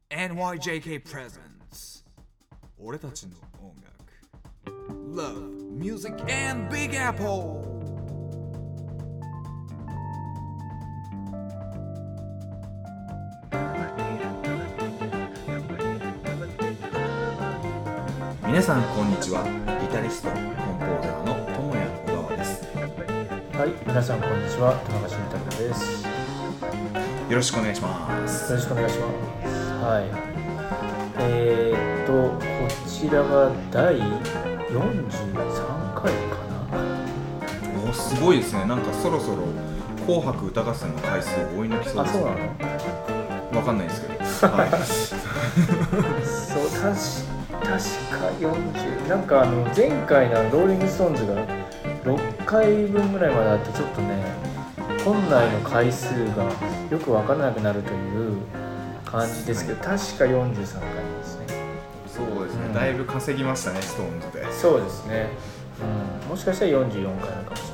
NYJK Presents 俺たちの音楽 Love, Music and Big Apple。 皆さんこんにちは。ギタリスト、コンポーザーの友谷小川です。 はい、皆さんこんにちは。田中慎太郎です。 よろしくお願いします。 よろしくお願いします。はい。こちらが第43回かな。 お、すごいですね。なんかそろそろ紅白歌合戦の回数を追い抜きそうですね。 あ、そうなの？ わかんないですけど。はい。 そう、確か40。なんか前回のローリングストーンズが6回分ぐらいまであって、ちょっとね、本来の回数がよくわからなくなるという感じですけど、確か43回ですね。 そうですね、だいぶ稼ぎましたね、ストーンズで。 そうですね、もしかしたら44回なのかもしれ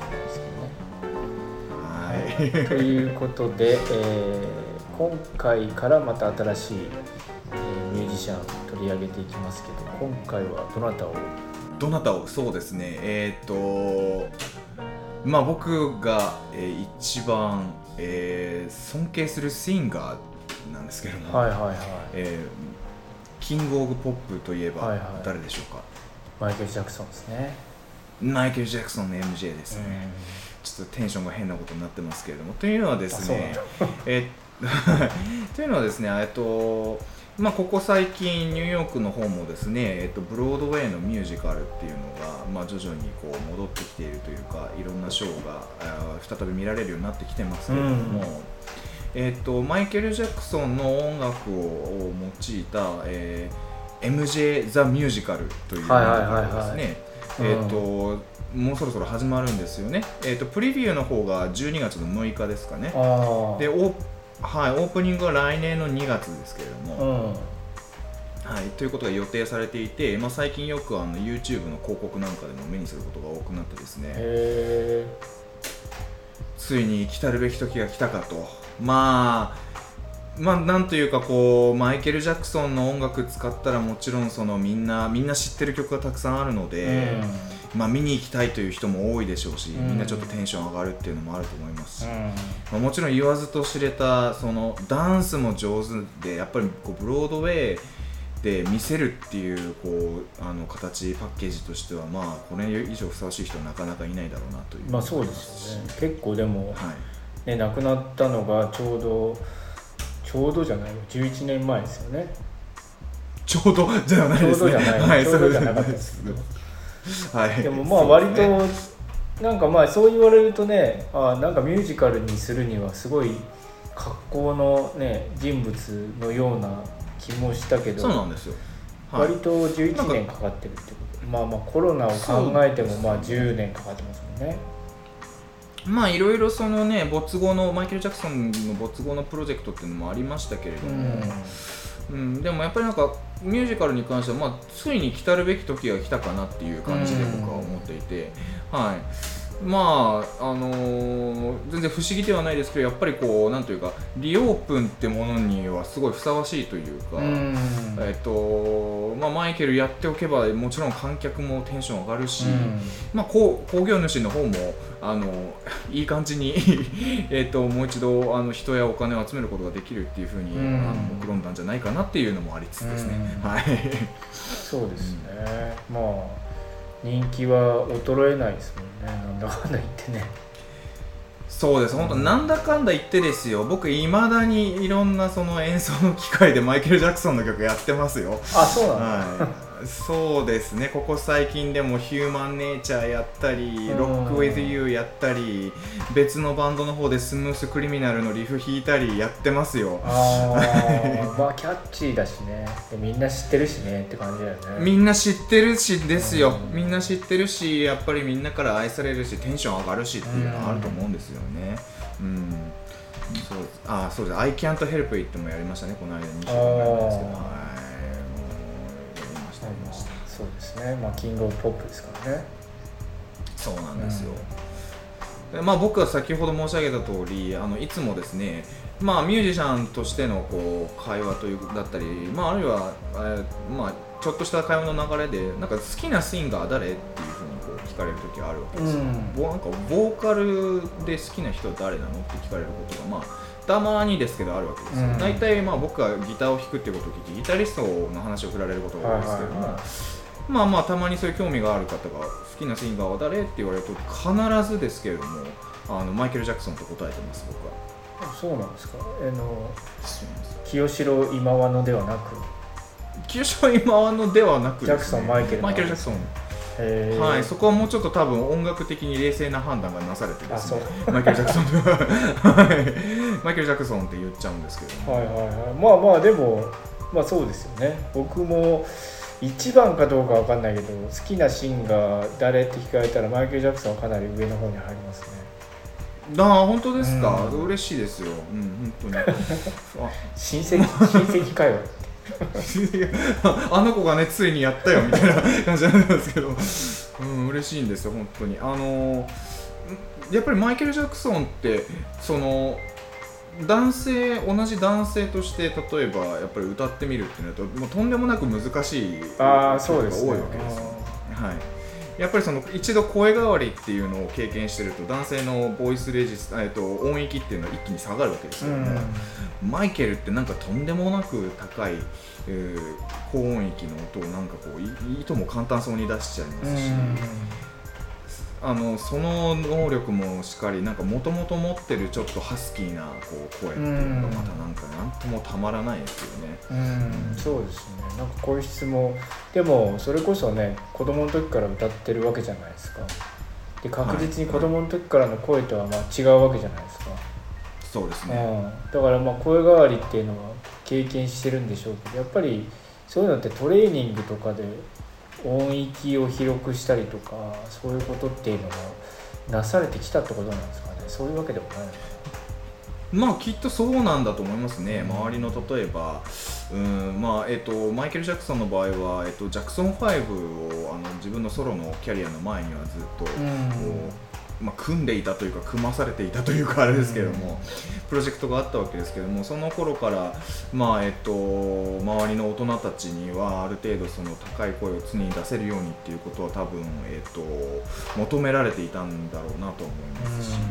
ないですけどね。はい。ということで、今回からまた新しい、ミュージシャンを取り上げていきますけど、今回はどなたを？ そうですね、まあ僕が、一番、尊敬するシンガーなんですけども、キングオブポップといえば誰でしょうか？ マイケル・ジャクソンですね。 マイケル・ジャクソンの MJ ですね。ちょっとテンションが変なことになってますけれども、というのはですね、というのはですね、まあ、ここ最近ニューヨークの方もですね、ブロードウェイのミュージカルっていうのが、まあ、徐々にこう戻ってきているというか、いろんなショーが再び見られるようになってきてますけれども、マイケル・ジャクソンの音楽を用いた、MJ The Musical という音楽がですね、もうそろそろ始まるんですよね。プレビューの方が12月の6日ですかね。でオープニングは来年の2月ですけれども、ということが予定されていて、まあ、最近よくYouTube の広告なんかでも目にすることが多くなってですね、ついに来たるべき時が来たかと。まあなんというかこう、マイケル・ジャクソンの音楽使ったらもちろんそのみんな知ってる曲がたくさんあるので、まあ、見に行きたいという人も多いでしょうし、みんなちょっとテンション上がるっていうのもあると思いますし、まあ、もちろん言わずと知れたそのダンスも上手で、やっぱりこうブロードウェイで見せるっていうこう形パッケージとしては、まあこれ以上ふさわしい人はなかなかいないだろうなという。 まあそうですよね。結構でも、ね、亡くなったのがちょうどじゃないよ、11年前ですよね。ちょうどじゃないですね。ちょうどじゃない、はい、ちょうどじゃなかったですけどでもまあ割と、なんかまあそう言われるとね、なんかミュージカルにするにはすごい格好のね人物のような気もしたけど、 そうなんですよ、 割と11年かかってるってこと。まあコロナを考えてもまあ10年かかってますもんね。 まあいろいろそのね、没後のマイケル・ジャクソンの没後のプロジェクトっていうのもありましたけれども、でもやっぱりなんかミュージカルに関しては、まあついに来たるべき時が来たかなっていう感じで僕は思っていて、まあ全然不思議ではないですけど、やっぱりこうなんというかリオープンってものにはすごいふさわしいというか、まあ、マイケルやっておけばもちろん観客もテンション上がるし、まあ興行主の方もいい感じにもう一度人やお金を集めることができるっていう風に目論んだんじゃないかなっていうのもありつつですね。 そうですね。まあ人気は衰えないですもんね、なんだかんだ言ってね。 そうです、本当なんだかんだ言ってですよ、僕いまだにいろんなその演奏の機会でマイケル・ジャクソンの曲やってますよ。 そうなんだ。 そうですね、ここ最近でもヒューマンネイチャーやったり、ロックウィズユーやったり、別のバンドの方でスムースクリミナルのリフ弾いたりやってますよ。 まあキャッチーだしね、みんな知ってるしねって感じだよね。 みんな知ってるしですよ、みんな知ってるし、やっぱりみんなから愛されるし、テンション上がるしっていうのはあると思うんですよね。そうです。I Can't Help It もやりましたね、この間2週間前ですけど。 そうですね、まあキングオブポップですからね。 そうなんですよ。 まあ、僕は先ほど申し上げた通りいつもですね、まあ、ミュージシャンとしてのこう会話というだったり、まあ、あるいは、まあ、ちょっとした会話の流れでなんか好きなシンガー誰っていうふうにこう聞かれる時があるわけですよ、なんかボーカルで好きな人は誰なのって聞かれることが、まあ、たまにですけどあるわけですよ。大体、まあ、僕がギターを弾くっていうことを聞いてギタリストの話を振られることが多いですけども、まあまあたまにそういう興味がある方が好きなシンガーは誰って言われると必ずですけれどもマイケル・ジャクソンと答えてます僕は。 そうなんですか。清志郎今和のではなく清志郎今和のではなくジャクソンマイケル・ジャクソン、はい、そこはもうちょっと多分音楽的に冷静な判断がなされてですね、マイケル・ジャクソンマイケル・ジャクソンって言っちゃうんですけど、 はいはいはい、まあまあでもまあそうですよね。僕も1番かどうかわかんないけど好きなシンガー誰って聞かれたらマイケル・ジャクソンはかなり上の方に入りますね。 本当ですか、嬉しいですよ、本当に親戚会話あの子がねついにやったよみたいな感じなんですけど、嬉しいんですよ本当に。やっぱりマイケル・ジャクソンってその同じ男性として例えばやっぱり歌ってみるってなるともうとんでもなく難しい曲が多いわけですよ。はい、やっぱりその一度声変わりっていうのを経験してると男性のボイスレジス音域っていうのは一気に下がるわけですけども、マイケルってなんかとんでもなく高い、高音域の音をなんかこういとも簡単そうに出しちゃいますし、その能力もしっかりなんかもともと持ってるちょっとハスキーなこう声っていうのがまたなんかなんともたまらないですよね。 そうですね。なんか声質もでもそれこそね子供の時から歌ってるわけじゃないですか。で確実に子供の時からの声とはまあ違うわけじゃないですか。 そうですね、 だからまあ声変わりっていうのは経験してるんでしょうけどやっぱりそういうのってトレーニングとかで音域を広くしたりとかそういうことっていうのがなされてきたってことなんですかね。そういうわけでもないのかな。まあきっとそうなんだと思いますね。周りの例えばマイケル・ジャクソンの場合は、ジャクソン5を自分のソロのキャリアの前にはずっと、組んでいたというか組まされていたというかあれですけれども、プロジェクトがあったわけですけれどもその頃から、周りの大人たちにはある程度その高い声を常に出せるようにっていうことは多分、求められていたんだろうなと思いますし、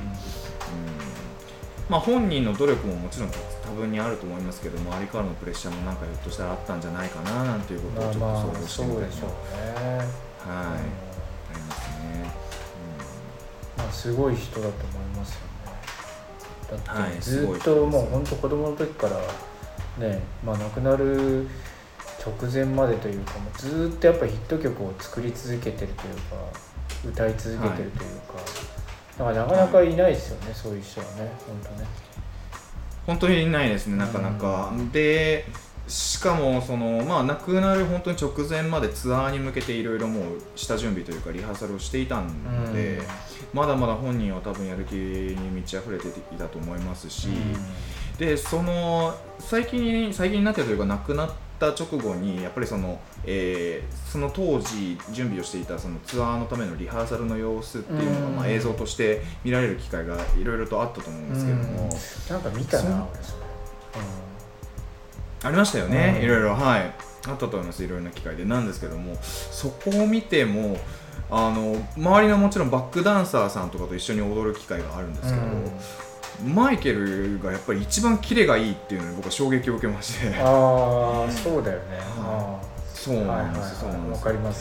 本人の努力ももちろん多分にあると思いますけど周りからのプレッシャーもなんかひょっとしたらあったんじゃないかななんていうことをちょっと想像してみたりも、 そうでしょうね。 ありますね。 すごい人だと思いますよね。だってずっともう本当子供の時からね、亡くなる直前までというかもうずっとやっぱりヒット曲を作り続けてるというか歌い続けてるというか、だからなかなかいないですよね、そういう人はね本当にいないですねなかなか。でしかも亡くなる本当に直前までツアーに向けていろいろもう下準備というかリハーサルをしていたので、まだまだ本人は多分やる気に満ち溢れていたと思いますし、で最近になってというか亡くなった直後にやっぱりその当時準備をしていたそのツアーのためのリハーサルの様子っていうのが映像として見られる機会がいろいろとあったと思うんですけども、 なんか見たな俺それ。 ありましたよね、いろいろ、あったと思います、いろいろな機会でなんですけども、そこを見ても周りのもちろんバックダンサーさんとかと一緒に踊る機会があるんですけど、マイケルがやっぱり一番キレがいいっていうのに僕は衝撃を受けまして。 そうだよね。 そうなんです。 わかります。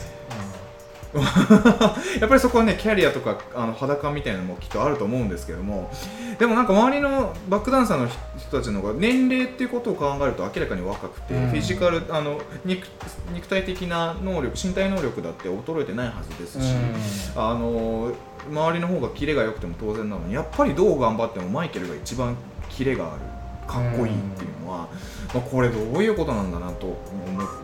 やっぱりそこはねキャリアとか裸みたいなのもきっとあると思うんですけども、でもなんか周りのバックダンサーの人たちの方が年齢っていうことを考えると明らかに若くて、フィジカル肉体的な能力身体能力だって衰えてないはずですし、周りの方がキレが良くても当然なのにやっぱりどう頑張ってもマイケルが一番キレがあるかっこいいっていうのは、これどういうことなんだなと思って、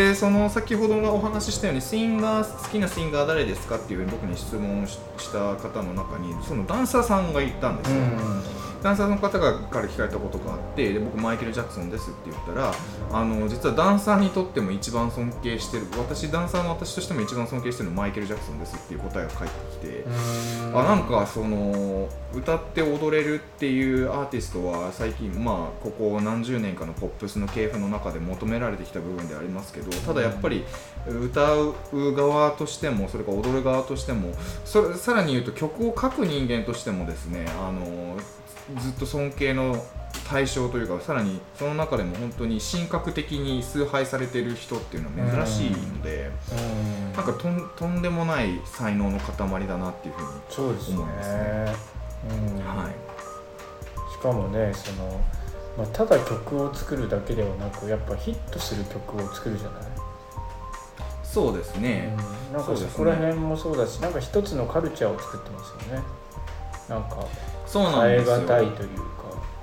で先ほどお話ししたように好きなシンガー誰ですかっていう僕に質問した方の中にそのダンサーさんがいたんですよ。 ダンサーの方から聞かれたことがあって、で僕マイケル・ジャクソンですって言ったら、実はダンサーにとっても一番尊敬してる、ダンサーの私としても一番尊敬してるのはマイケル・ジャクソンですっていう答えが返ってきて、なんかその歌って踊れるっていうアーティストは最近ここ何十年かのポップスの系譜の中で求められてきた部分でありますけど、ただやっぱり歌う側としてもそれから踊る側としてもさらに言うと曲を書く人間としてもですね、ずっと尊敬の対象というか、さらにその中でも本当に神格的に崇拝されている人っていうのは珍しいので、なんかとんでもない才能の塊だなっていうふうに思いますね。 しかもね、ただ曲を作るだけではなく、やっぱヒットする曲を作るじゃない。 そうですね、 なんかそこら辺もそうだし、なんか一つのカルチャーを作ってますよね。なんか変え難いというか、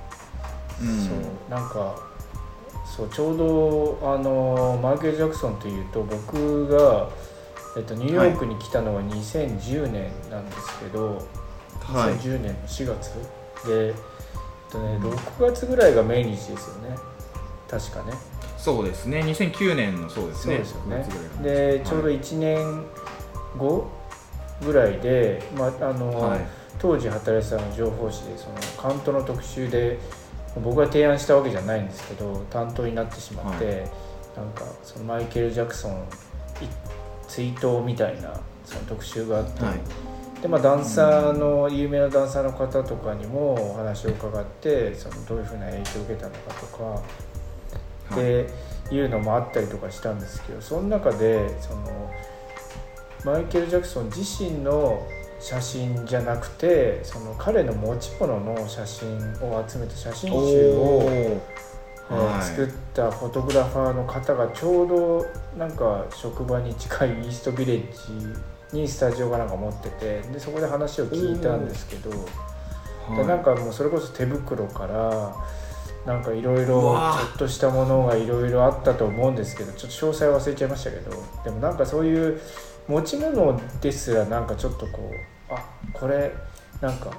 なんかちょうどマイケル・ジャクソンというと、僕が、ニューヨークに来たのは2010年なんですけど、2010年の4月で、6月ぐらいが命日ですよね、確かね。 そうですね、2009年のそうですね。 そうですよね。でちょうど1年後ぐらいで、当時働いてたの情報誌でカウントの特集で、僕が提案したわけじゃないんですけど担当になってしまって、なんかそのマイケル・ジャクソン追悼みたいなその特集があって、でダンサーの有名なダンサーの方とかにもお話を伺って、どういうふうな影響を受けたのかとかっていうのもあったりとかしたんですけど、その中でマイケル・ジャクソン自身の写真じゃなくて、彼の持ち物の写真を集めた写真集を作ったフォトグラファーの方がちょうどなんか職場に近いイーストビレッジにスタジオがなんか持ってて、でそこで話を聞いたんですけど、なんかもうそれこそ手袋からなんかいろいろちょっとしたものがいろいろあったと思うんですけど、ちょっと詳細忘れちゃいましたけど、でもなんかそういう持ち物ですらなんかちょっとこれなんか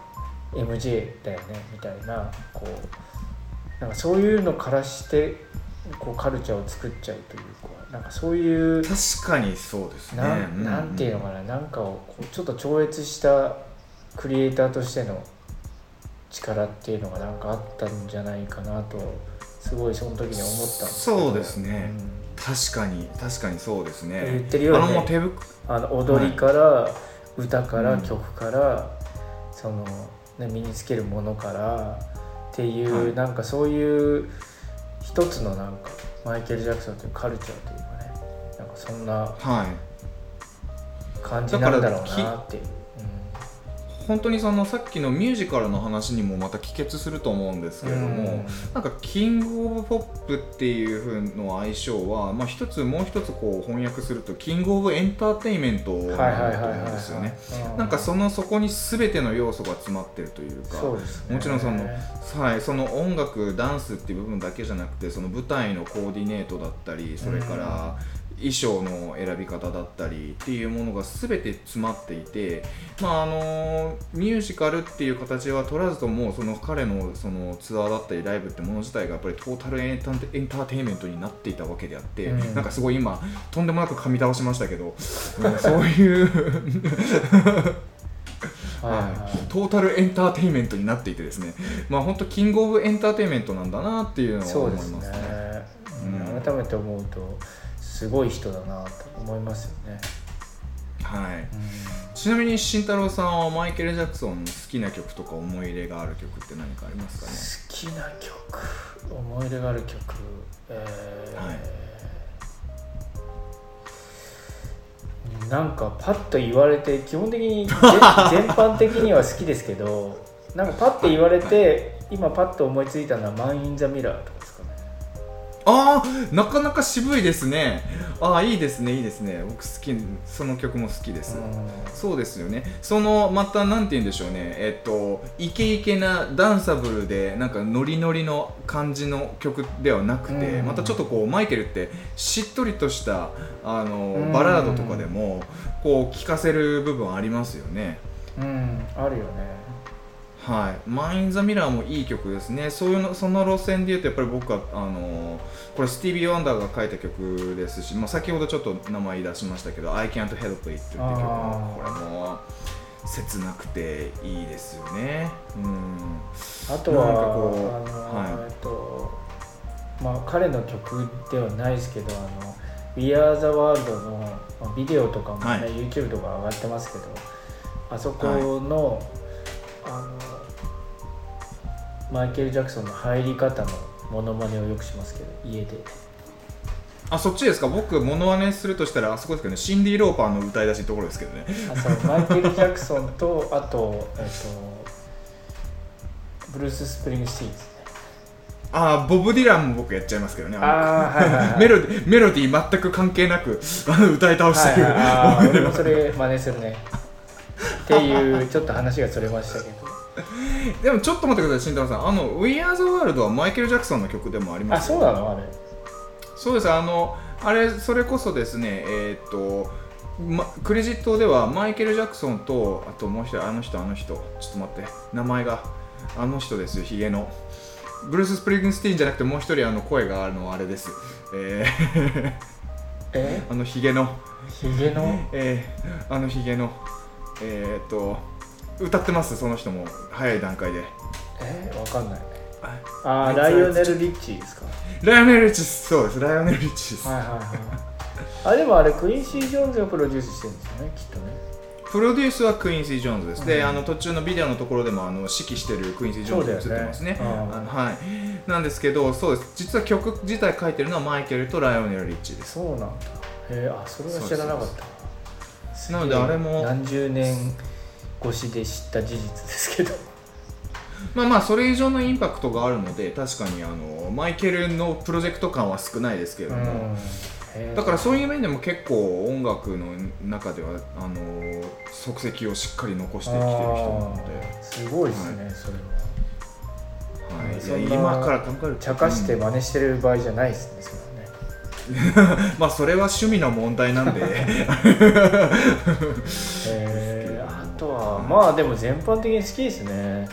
MJ だよねみたいな、なんかそういうのからしてカルチャーを作っちゃうというか、なんかそういう、 確かにそうですね、 なんていうのかな、なんかをちょっと超越したクリエイターとしての力っていうのがなんかあったんじゃないかなと、すごいその時に思ったんですけど。 そうですね、確かにそうですね。 言ってるように、踊りから歌から曲から身につけるものからっていう、なんかそういう一つのなんかマイケル・ジャクソンというカルチャーというかね、なんかそんな感じなんだろうなっていう。 本当にさっきのミュージカルの話にもまた帰結すると思うんですけれども、なんかキング・オブ・ポップっていう風の愛称は、もう一つ翻訳するとキング・オブ・エンターテインメントなんだと思うんですよね。なんかそこに全ての要素が詰まってるというか、もちろんその音楽ダンスっていう部分だけじゃなくて、その舞台のコーディネートだったり、それから衣装の選び方だったりっていうものが全て詰まっていて、ミュージカルっていう形は取らずとも、彼のツアーだったりライブってもの自体がやっぱりトータルエンターテインメントになっていたわけであって、なんかすごい今とんでもなく噛み倒しましたけど、そういうトータルエンターテインメントになっていてですね、本当キングオブエンターテインメントなんだなっていうのは思いますね。 改めて思うとすごい人だなと思いますよね。 ちなみに慎太郎さんはマイケル・ジャクソンの好きな曲とか思い入れがある曲って何かありますかね？ 好きな曲、思い入れがある曲、なんかパッと言われて、基本的に全般的には好きですけど、なんかパッと言われて、今パッと思いついたのはマン・イン・ザ・ミラーとかですかね。 なかなか渋いですね。いいですね。僕好き、その曲も好きです。そうですよね。またなんて言うんでしょうね。イケイケなダンサブルでなんかノリノリの感じの曲ではなくて、またちょっとマイケルってしっとりとしたバラードとかでも聴かせる部分ありますよね。 あるよね。 はい、マイン・ザ・ミラーもいい曲ですね。その路線でいうとやっぱり僕はこれスティービー・ワンダーが書いた曲ですし、まあ、先ほどちょっと名前出しましたけど「I Can't Help It」っていう曲もこれも切なくていいですよね。 あとはまあ、彼の曲ではないですけど「We Are the World」のビデオとかもね、はい、YouTube とか上がってますけど、あそこの、マイケル・ジャクソンの入り方のモノマネをよくしますけど、家で。 あ、そっちですか。僕モノマネするとしたらあそこですけどね、シンディ・ローパーの歌い出しのところですけどね。 そうマイケル・ジャクソンとあと、ブルース・スプリングスティーンですね。 ボブ・ディランも僕やっちゃいますけどね。メロディー全く関係なく歌い倒してる。 俺もそれ真似するねっていうちょっと話がそれましたけど。 でもちょっと待ってください、慎太郎さん。We Are the World はマイケル・ジャクソンの曲でもありますよ。 あ、そうなのあれ。 そうです。あれそれこそですね、クレジットではマイケル・ジャクソンとあともう一人あの人ちょっと待って名前があの人ですよ、ヒゲのブルース・スプリングスティーンじゃなくてもう一人声があれです。ヒゲのヒゲの歌ってます。その人も早い段階で。 わかんない。ライオネル・リッチーですか。 ライオネル・リッチー、そうです。ライオネル・リッチーです。 でもあれクインシー・ジョーンズがプロデュースしてるんですよね、きっとね。 プロデュースはクインシー・ジョーンズです。で、途中のビデオのところでも指揮してるクインシー・ジョーンズが映ってますね。はい。なんですけど、そうです。実は曲自体書いてるのはマイケルとライオネル・リッチーです。 そうなんだ。それは知らなかった。 なのであれも何十年越しで知った事実ですけど。 まあそれ以上のインパクトがあるので、確かにマイケルのプロジェクト感は少ないですけれども、だからそういう面でも結構音楽の中では足跡をしっかり残してきてる人なので、 すごいですね、それは。 今から考えると茶化して真似してる場合じゃないですね、それはね。 まあそれは趣味の問題なんで。 あとはまあでも全般的に好きですね。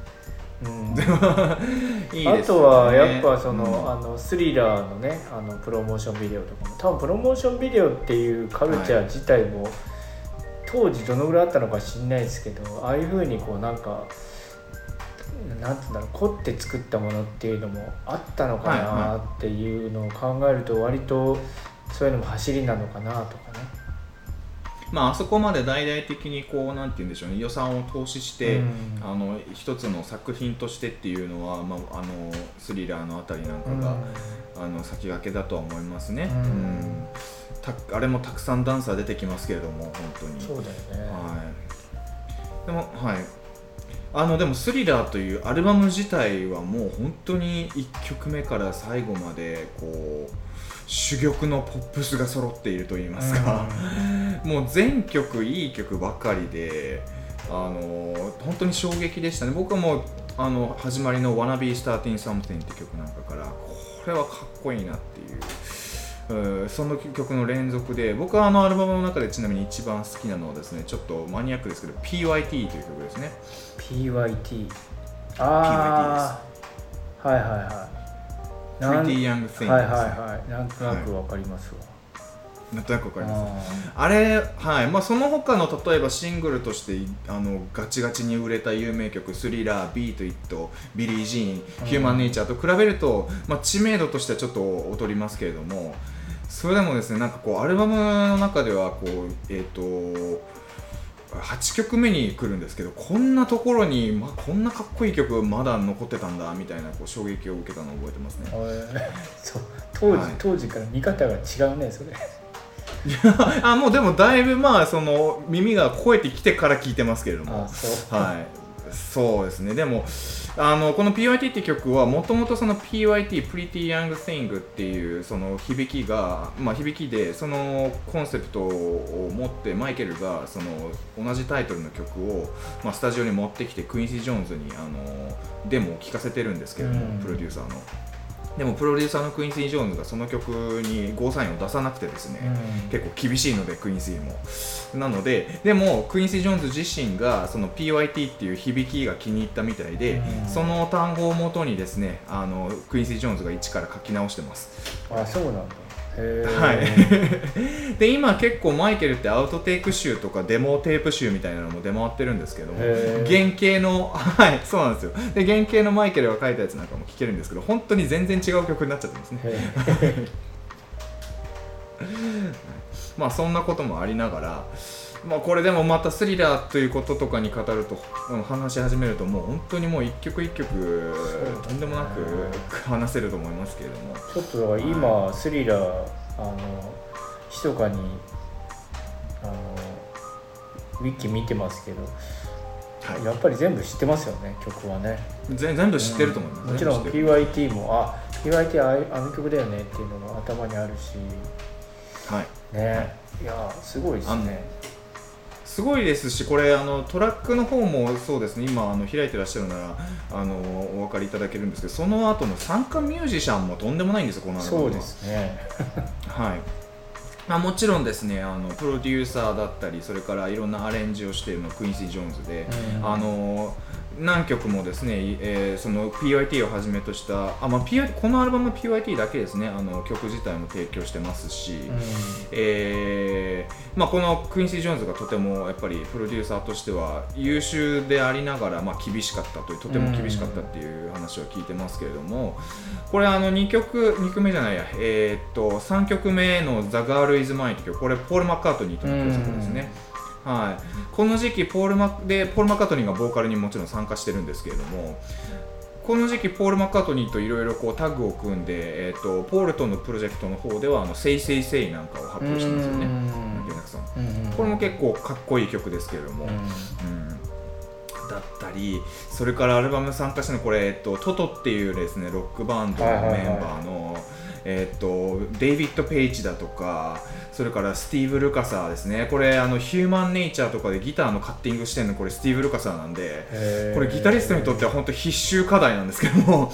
いいですね。あとはやっぱスリラーのねプロモーションビデオとかも、多分プロモーションビデオっていうカルチャー自体も、当時どのぐらいあったのか知んないですけど、ああいう風になんかなんていうんだろう、凝って作ったものっていうのもあったのかなっていうのを考えると、割とそういうのも走りなのかなとかね。 あそこまで大々的になんて言うんでしょうね、予算を投資して、一つの作品としてっていうのは、スリラーのあたりなんかが、先駆けだとは思いますね。あれもたくさんダンサー出てきますけれども、本当に。 そうだよね。 でもでもスリラーというアルバム自体はもう本当に1曲目から最後まで珠玉のポップスが揃っているといいますか、もう全曲いい曲ばかりで、本当に衝撃でしたね。僕はもう始まりの Wanna Be Starting Something って曲なんかからこれはかっこいいなっていう、その曲の連続で、僕はアルバムの中でちなみに一番好きなのはですね、ちょっとマニアックですけど PYT という曲ですね。 PYT。 PYT です。Pretty Young Thing です。なんとなくわかりますわ。 なんとなくわかります。あれ、その他の例えばシングルとしてガチガチに売れた有名曲、スリラー、ビート・イット、ビリー・ジーン、ヒューマン・ネイチャーと比べると、知名度としてはちょっと劣りますけれども、それでもですね、なんかアルバムの中では8曲目に来るんですけど、こんなところに、こんなかっこいい曲まだ残ってたんだみたいな衝撃を受けたのを覚えてますね。 そう、当時から見方が違うね、それ。 もうでもだいぶ耳が肥えてきてから聞いてますけれども、そうですね。でもこの PYT って曲はもともとその PYT Pretty Young Thing っていうその響きが、響きでそのコンセプトを持ってマイケルがその同じタイトルの曲を、スタジオに持ってきてクインシー・ジョーンズにデモを聴かせてるんですけれども、プロデューサーの。 でもプロデューサーのクインシー・ジョーンズがその曲にゴーサインを出さなくてですね、結構厳しいのでクインシーもなので、でもクインシー・ジョーンズ自身がその PYT っていう響きが気に入ったみたいで、その単語をもとにですねクインシー・ジョーンズが一から書き直してます。 あ、そうなんだ。 はい、で今結構マイケルってアウトテイク集とかデモテープ集みたいなのも出回ってるんですけども、原型のはいそうなんですよ。で原型のマイケルが書いたやつなんかも聴けるんですけど、本当に全然違う曲になっちゃってますね。まあそんなこともありながら、まあこれでもまたスリラーということとかに語ると話し始めるともう本当にもう一曲一曲とんでもなく話せると思いますけれども、 ちょっとだから今スリラー密かにウィキ見てますけど、はい、やっぱり全部知ってますよね、曲はね。 全部知ってると思います、 もちろん PYT もPYT あの曲だよねっていうのが頭にあるし、はいね、いやすごいですね。 すごいですし、これトラックの方もそうですね、今開いてらっしゃるならお分かりいただけるんですけど、その後の参加ミュージシャンもとんでもないんですよ、このアルバムは。 そうですねはい、もちろんですねプロデューサーだったり、それからいろんなアレンジをしているのクインシー・ジョーンズで、何曲もですね、その PYT をはじめとした、このアルバムの PYT だけですね、曲自体も提供してますし、このクインシー・ジョーンズがとてもやっぱりプロデューサーとしては優秀でありながら、厳しかったという、とても厳しかったっていう話を聞いてますけれども、これ2曲目じゃないや、3曲目の The Girl Is Mine という曲、これポール・マッカートニーとの共作ですね。はい、この時期ポール・マッカートニーがボーカルにもちろん参加してるんですけれども、この時期ポール・マッカートニーといろいろタッグを組んで、ポールとのプロジェクトの方ではセイセイセイなんかを発表してますよね。これも結構かっこいい曲ですけれども、だったり、それからアルバム参加したのこれ、トトっていうですねロックバンドのメンバーの、デイビッド・ペイジだとか、それからスティーブ・ルカサーですね。これヒューマン・ネイチャーとかでギターのカッティングしてるのこれスティーブ・ルカサーなんで、これギタリストにとっては本当必修課題なんですけども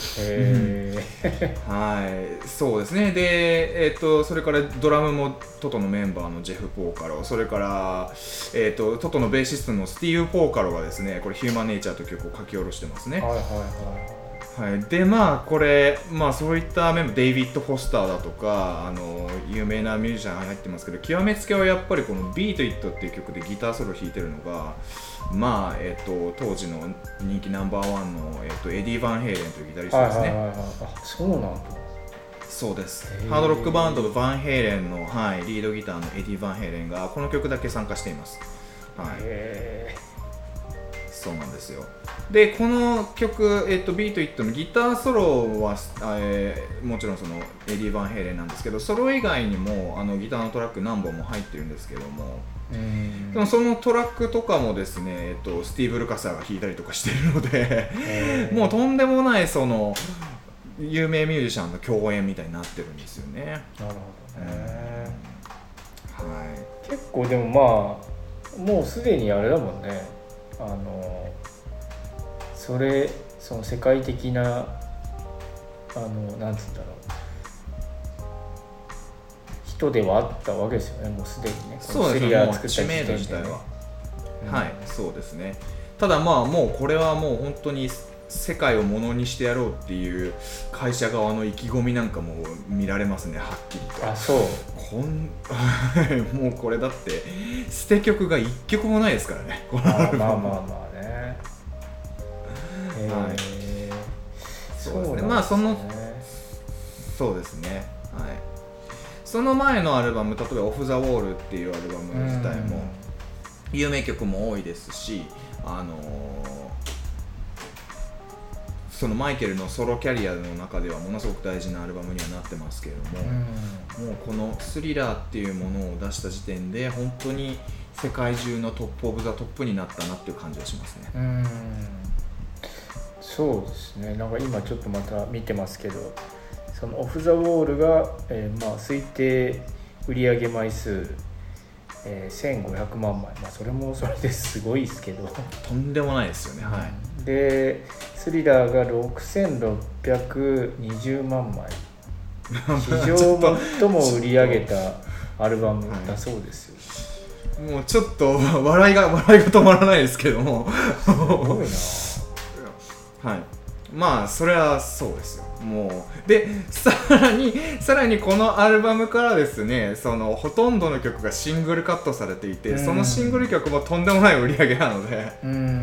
はい、そうですね。で、それからドラムもトトのメンバーのジェフ・ポーカロ、それから、トトのベーシストのスティーブ・ポーカロがですね、これヒューマン・ネイチャーという曲を書き下ろしてますね。はい、でこれ、そういったメンバー、デイビッド・フォスターだとか有名なミュージシャンが入ってますけど、極めつけはやっぱりこの「ビート・イット」っていう曲でギターソロを弾いてるのが、当時の人気ナンバーワンの、エディ・バンヘイレンというギタリストですね。 そうなんだ。 そうです。ハードロックバンドのバンヘイレンの、リードギターのエディ・バンヘイレンがこの曲だけ参加しています。そうなんですよ。でこの曲、ビート・イットのギターソロは、もちろんそのエディ・バンヘイレンなんですけど、ソロ以外にもギターのトラック何本も入ってるんですけども、でもそのトラックとかもですね、スティーブ・ルカサーが弾いたりとかしているのでもうとんでもないその有名ミュージシャンの共演みたいになってるんですよね。 なるほどね。結構でももうすでにあれだもんね、その世界的ななんつうんだろう、人ではあったわけですよね、もうすでにね。 そうですね、もう知名度自体は、そうですね。ただもうこれはもう本当に世界をものにしてやろうっていう会社側の意気込みなんかも見られますね、はっきりと。 あ、そう。 もうこれだって捨て曲が1曲もないですからね、このアルバムは。 ね。 そうですね。そうですね。その前のアルバム、例えばオフ・ザ・ウォールっていうアルバム自体も有名曲も多いですし、そのマイケルのソロキャリアの中ではものすごく大事なアルバムにはなってますけれども、もうこのスリラーっていうものを出した時点で本当に世界中のトップオブザトップになったなっていう感じがしますね。 そうですね。なんか今ちょっとまた見てますけど、そのオフ・ザ・ウォールが、推定売上枚数、1500万枚、それもそれですごいですけどとんでもないですよね。 でスリラーが6620万枚史上最も売り上げたアルバムだそうですよ。 もうちょっと笑いが止まらないですけどもすごいなはい、まあそれはそうですよ。もうでさらにこのアルバムからですね、そのほとんどの曲がシングルカットされていて、そのシングル曲もとんでもない売り上げなので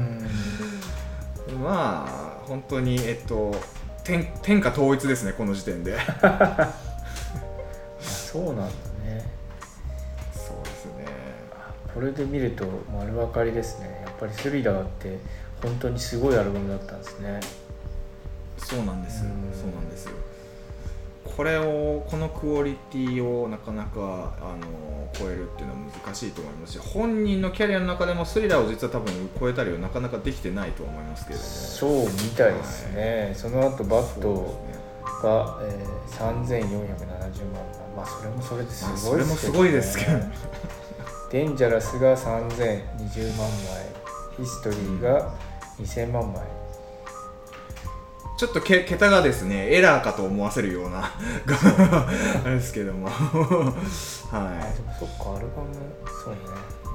まあ本当に天下統一ですね、この時点でそうなんだね。 そうですね。 これで見ると丸分かりですね。やっぱりスリラーって本当にすごいアルバムだったんですね。 そうなんです。そうなんです。このクオリティをなかなか超えるっていうのは難しいと思いますし、本人のキャリアの中でもスリラーを実は多分超えたりはなかなかできてないと思いますけれども。 そうみたいですね。はい、その後バットが、3470万枚、まあそれもそれですごいですけどね。 それもすごいですけどね。 デンジャラスが3020万枚、ヒストリーが2000万枚。 ちょっと桁がですねエラーかと思わせるようなあれですけどもはい。でもそっか、アルバムそうね。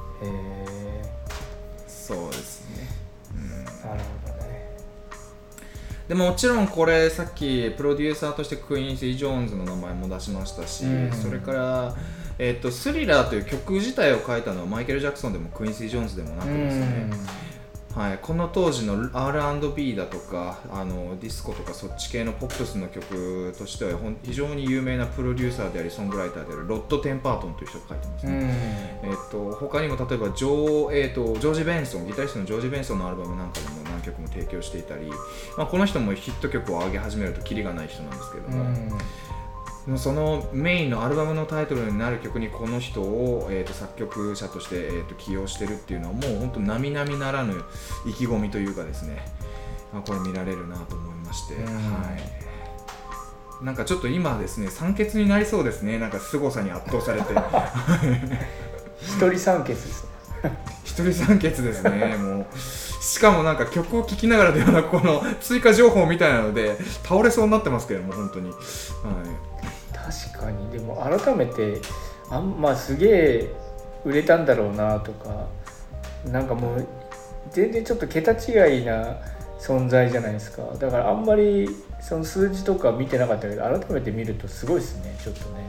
そうですね、 なるほどね。 でもちろんこれさっきプロデューサーとしてクインシー・ジョーンズの名前も出しましたし、それからスリラーという曲自体を書いたのはマイケル・ジャクソンでもクインシー・ジョーンズでもなくですね、はい、この当時の R&B だとかディスコとかそっち系のポップスの曲としては非常に有名なプロデューサーでありソングライターであるロッド・テンパートンという人が書いてますね。他にも例えばジョージ・ベンソン、ギタリストのジョージ・ベンソンのアルバムなんかでも何曲も提供していたり、この人もヒット曲を上げ始めるとキリがない人なんですけども、そのメインのアルバムのタイトルになる曲にこの人を、作曲者として、起用してるっていうのはもう本当並々ならぬ意気込みというかですね、これ見られるなと思いまして、はい、なんかちょっと今ですね酸欠になりそうですね。なんか凄さに圧倒されて一人酸欠です一人酸欠ですね。もうしかもなんか曲を聴きながらではなくこの追加情報みたいなので倒れそうになってますけども本当に、はい、 確かに。でも改めてすげえ売れたんだろうなとか、なんかもう全然ちょっと桁違いな存在じゃないですか。だからあんまりその数字とか見てなかったけど改めて見るとすごいですね、ちょっとね。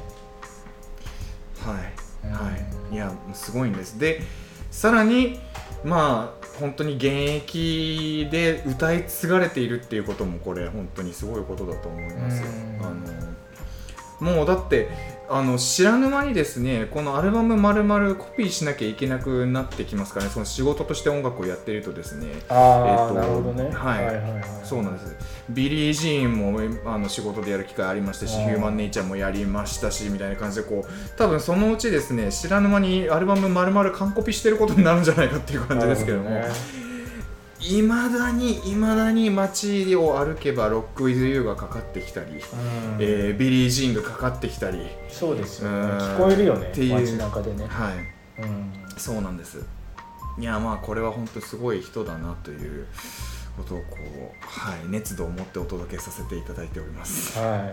はい、はい、いやすごいんです。でさらに本当に現役で歌い継がれているっていうこともこれ本当にすごいことだと思いますよ。もうだって知らぬ間にですねこのアルバム丸々コピーしなきゃいけなくなってきますからね。その仕事として音楽をやっているとですね、 なるほどね。 はい、そうなんです。ビリー・ジーンも仕事でやる機会ありましたし、ヒューマン・ネイチャーもやりましたしみたいな感じで多分そのうちですね知らぬ間にアルバム丸々完コピしてることになるんじゃないかっていう感じですけども、いまだに街を歩けばロック・ウィズ・ユーがかかってきたり、ビリー・ジーンがかかってきたり、 そうですよね、聞こえるよね、街中でね。 はい、そうなんです。いやこれは本当すごい人だなということを熱度を持ってお届けさせていただいております。 はい、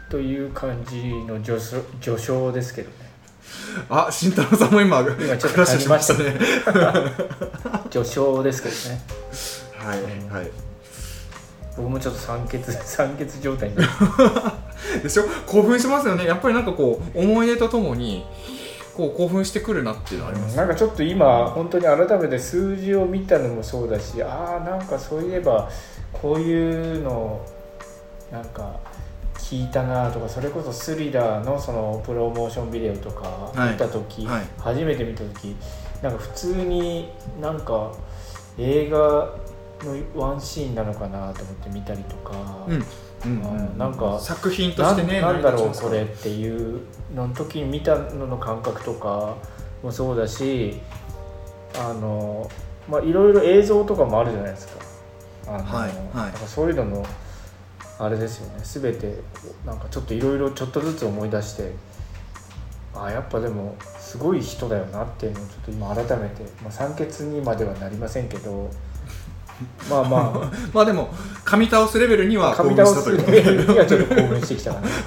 という感じの序章ですけどね。 慎太郎さんも今ちょっと感じましたね序章ですけどね。 はい、はい、 僕もちょっと酸欠状態になるでしょ。興奮しますよね。やっぱりなんか思い出とともに興奮してくるなっていうのあります。 なんかちょっと今本当に改めて数字を見たのもそうだし、なんかそういえばこういうのなんか聞いたなとか、それこそスリラーのそのプロモーションビデオとか見た時、初めて見た時なんか普通になんか映画のワンシーンなのかなと思って見たりとか、なんか作品としてね、 なんだろうこれっていうの時に見たのの感覚とかもそうだし、いろいろ映像とかもあるじゃないですか。なんかそういうののあれですよね。全てなんかちょっといろいろちょっとずつ思い出して、やっぱでもすごい人だよなっていうのをちょっと今改めて、酸欠にまではなりませんけどまあまあまあでも噛み倒すレベルには興奮したというか、噛み倒すレベルにはちょっと興奮してきたかな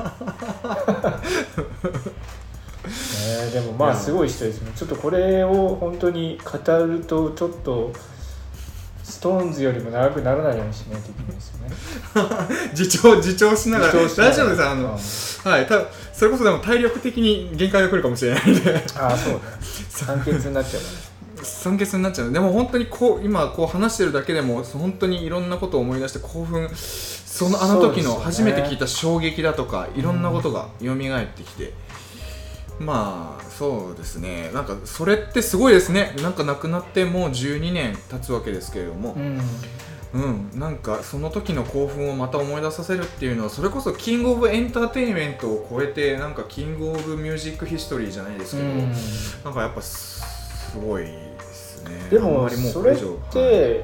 でもまあすごい人ですね。ちょっとこれを本当に語るとちょっとストーンズよりも長くならないようにしないといけないですよね自重しながら大丈夫ですはい、それこそでも体力的に限界が来るかもしれないんでああそうね、酸欠になっちゃうから酸欠になっちゃう。でも本当に今こう話してるだけでも本当にいろんなことを思い出して興奮、あの時の初めて聞いた衝撃だとかいろんなことが蘇ってきて、まあそうですね、なんかそれってすごいですね。なんか亡くなってもう12年経つわけですけれども、なんかその時の興奮をまた思い出させるっていうのはそれこそキングオブエンターテインメントを超えてなんかキングオブミュージックヒストリーじゃないですけど、なんかやっぱすごいですね。 でもそれって、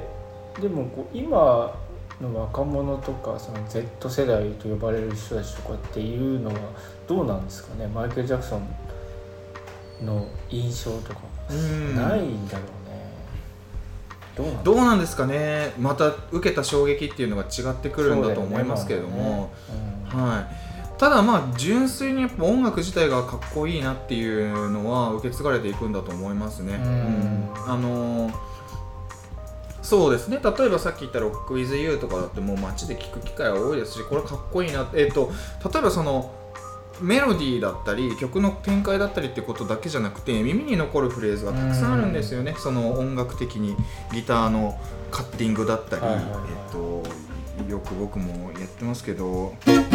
でもこう今の若者とかその Z 世代と呼ばれる人たちとかっていうのはどうなんですかね。マイケル・ジャクソンの印象とかないんだろうね。 どうなんですかね。また受けた衝撃っていうのが違ってくるんだと思いますけれども、ただまあ純粋にやっぱ音楽自体がかっこいいなっていうのは受け継がれていくんだと思いますね。そうですね、例えばさっき言ったロック with you とかだってもう街で聴く機会は多いですし、これかっこいいな、例えばそのメロディーだったり曲の展開だったりってことだけじゃなくて耳に残るフレーズがたくさんあるんですよね。その音楽的にギターのカッティングだったり、よく僕もやってますけど、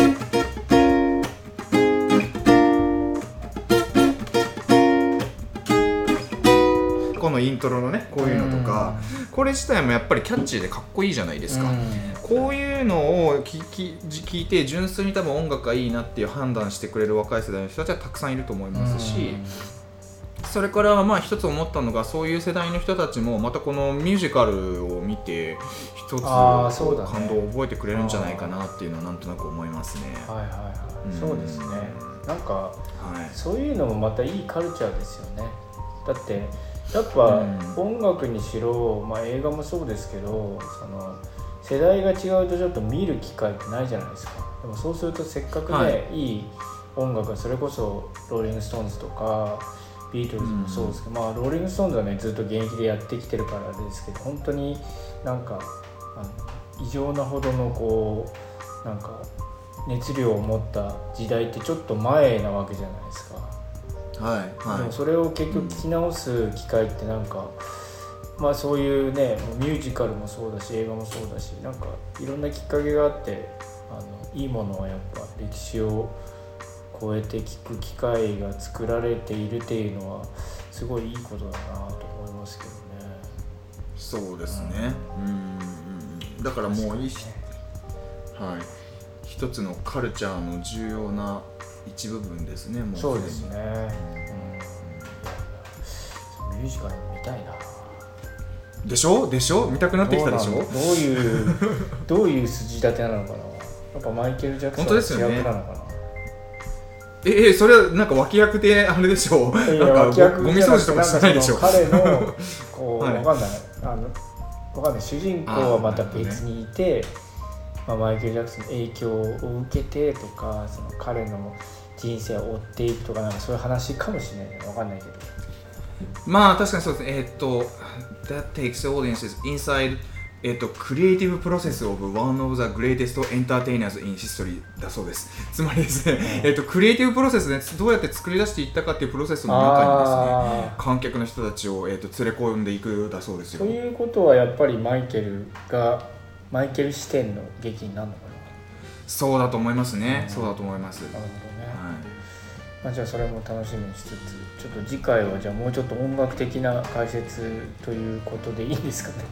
このイントロのねこういうのとか、これ自体もやっぱりキャッチーでかっこいいじゃないですか。こういうのを聞いて純粋に多分音楽がいいなっていう判断してくれる若い世代の人たちはたくさんいると思いますし、それからまあ一つ思ったのが、そういう世代の人たちもまたこのミュージカルを見て一つ感動を覚えてくれるんじゃないかなっていうのはなんとなく思いますね。 そうですね。なんか、そういうのもまたいいカルチャーですよね。だってやっぱ音楽にしろ、映画もそうですけど、その世代が違うとちょっと見る機会ってないじゃないですか。でもそうするとせっかくね、いい音楽がそれこそローリングストーンズとかビートルズもそうですけど、ローリングストーンズはねずっと現役でやってきてるからですけど、本当になんか異常なほどのこうなんか熱量を持った時代ってちょっと前なわけじゃないですか。でもそれを結局聞き直す機会ってなんか、そういうねミュージカルもそうだし映画もそうだし、なんかいろんなきっかけがあっていいものはやっぱ歴史を超えて聞く機会が作られているっていうのはすごいいいことだなと思いますけどね。 そうですね。だからもう一つのカルチャーの重要な一部分ですね。もうそうですね。ミュージカル見たいな。 でしょ見たくなってきたでしょ。 どういう筋立てなのかな。やっぱマイケル・ジャクソンの主役なのかな。 それはなんか脇役であれでしょ。なんかゴミ掃除とかしないでしょ。 彼のこうわかんない主人公はまた別にいて、マイケル・ジャクソンの影響を受けてとか、その彼の人生を追っていくとか、なんかそういう話かもしれない。わかんないけど。 確かにそうですね。That takes audiences inside creative process of one of the greatest entertainers in history だそうです。つまりですね、クリエイティブプロセスでどうやって作り出していったかっていうプロセスの中にですね、観客の人たちを連れ込んでいくだそうですよ。 ということはやっぱりマイケル視点の劇になるのかな。 そうだと思いますね。そうだと思います。 なるほどね。じゃあそれも楽しみにしつつ、ちょっと次回はじゃあもうちょっと音楽的な解説ということでいいんですかね。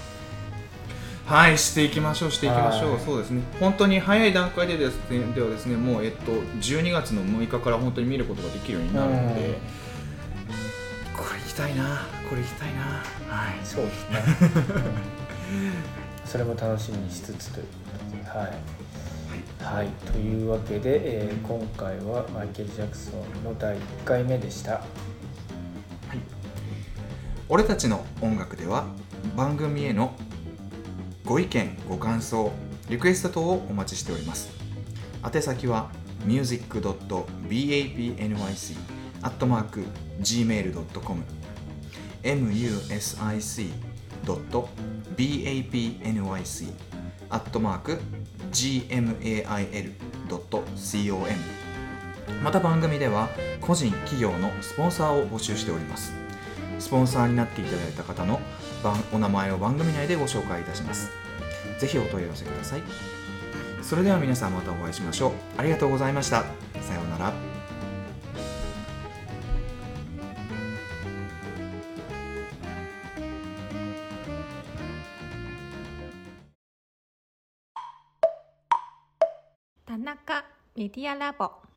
していきましょう。そうですね。本当に早い段階ではですね、もう12月の6日から本当に見ることができるようになるので、これ行きたいな。 そうですね。それも楽しみにしつつということで、というわけで、今回はマイケル・ジャクソンの第1回目でした。 俺たちの音楽では番組へのご意見ご感想リクエスト等をお待ちしております。宛先は music.bapnyc@gmail.com music.bapnyc@gmail.com。 また番組では個人企業のスポンサーを募集しております。スポンサーになっていただいた方のお名前を番組内でご紹介いたします。ぜひお問い合わせください。それでは皆さんまたお会いしましょう。ありがとうございました。さようなら。 田中メディアラボ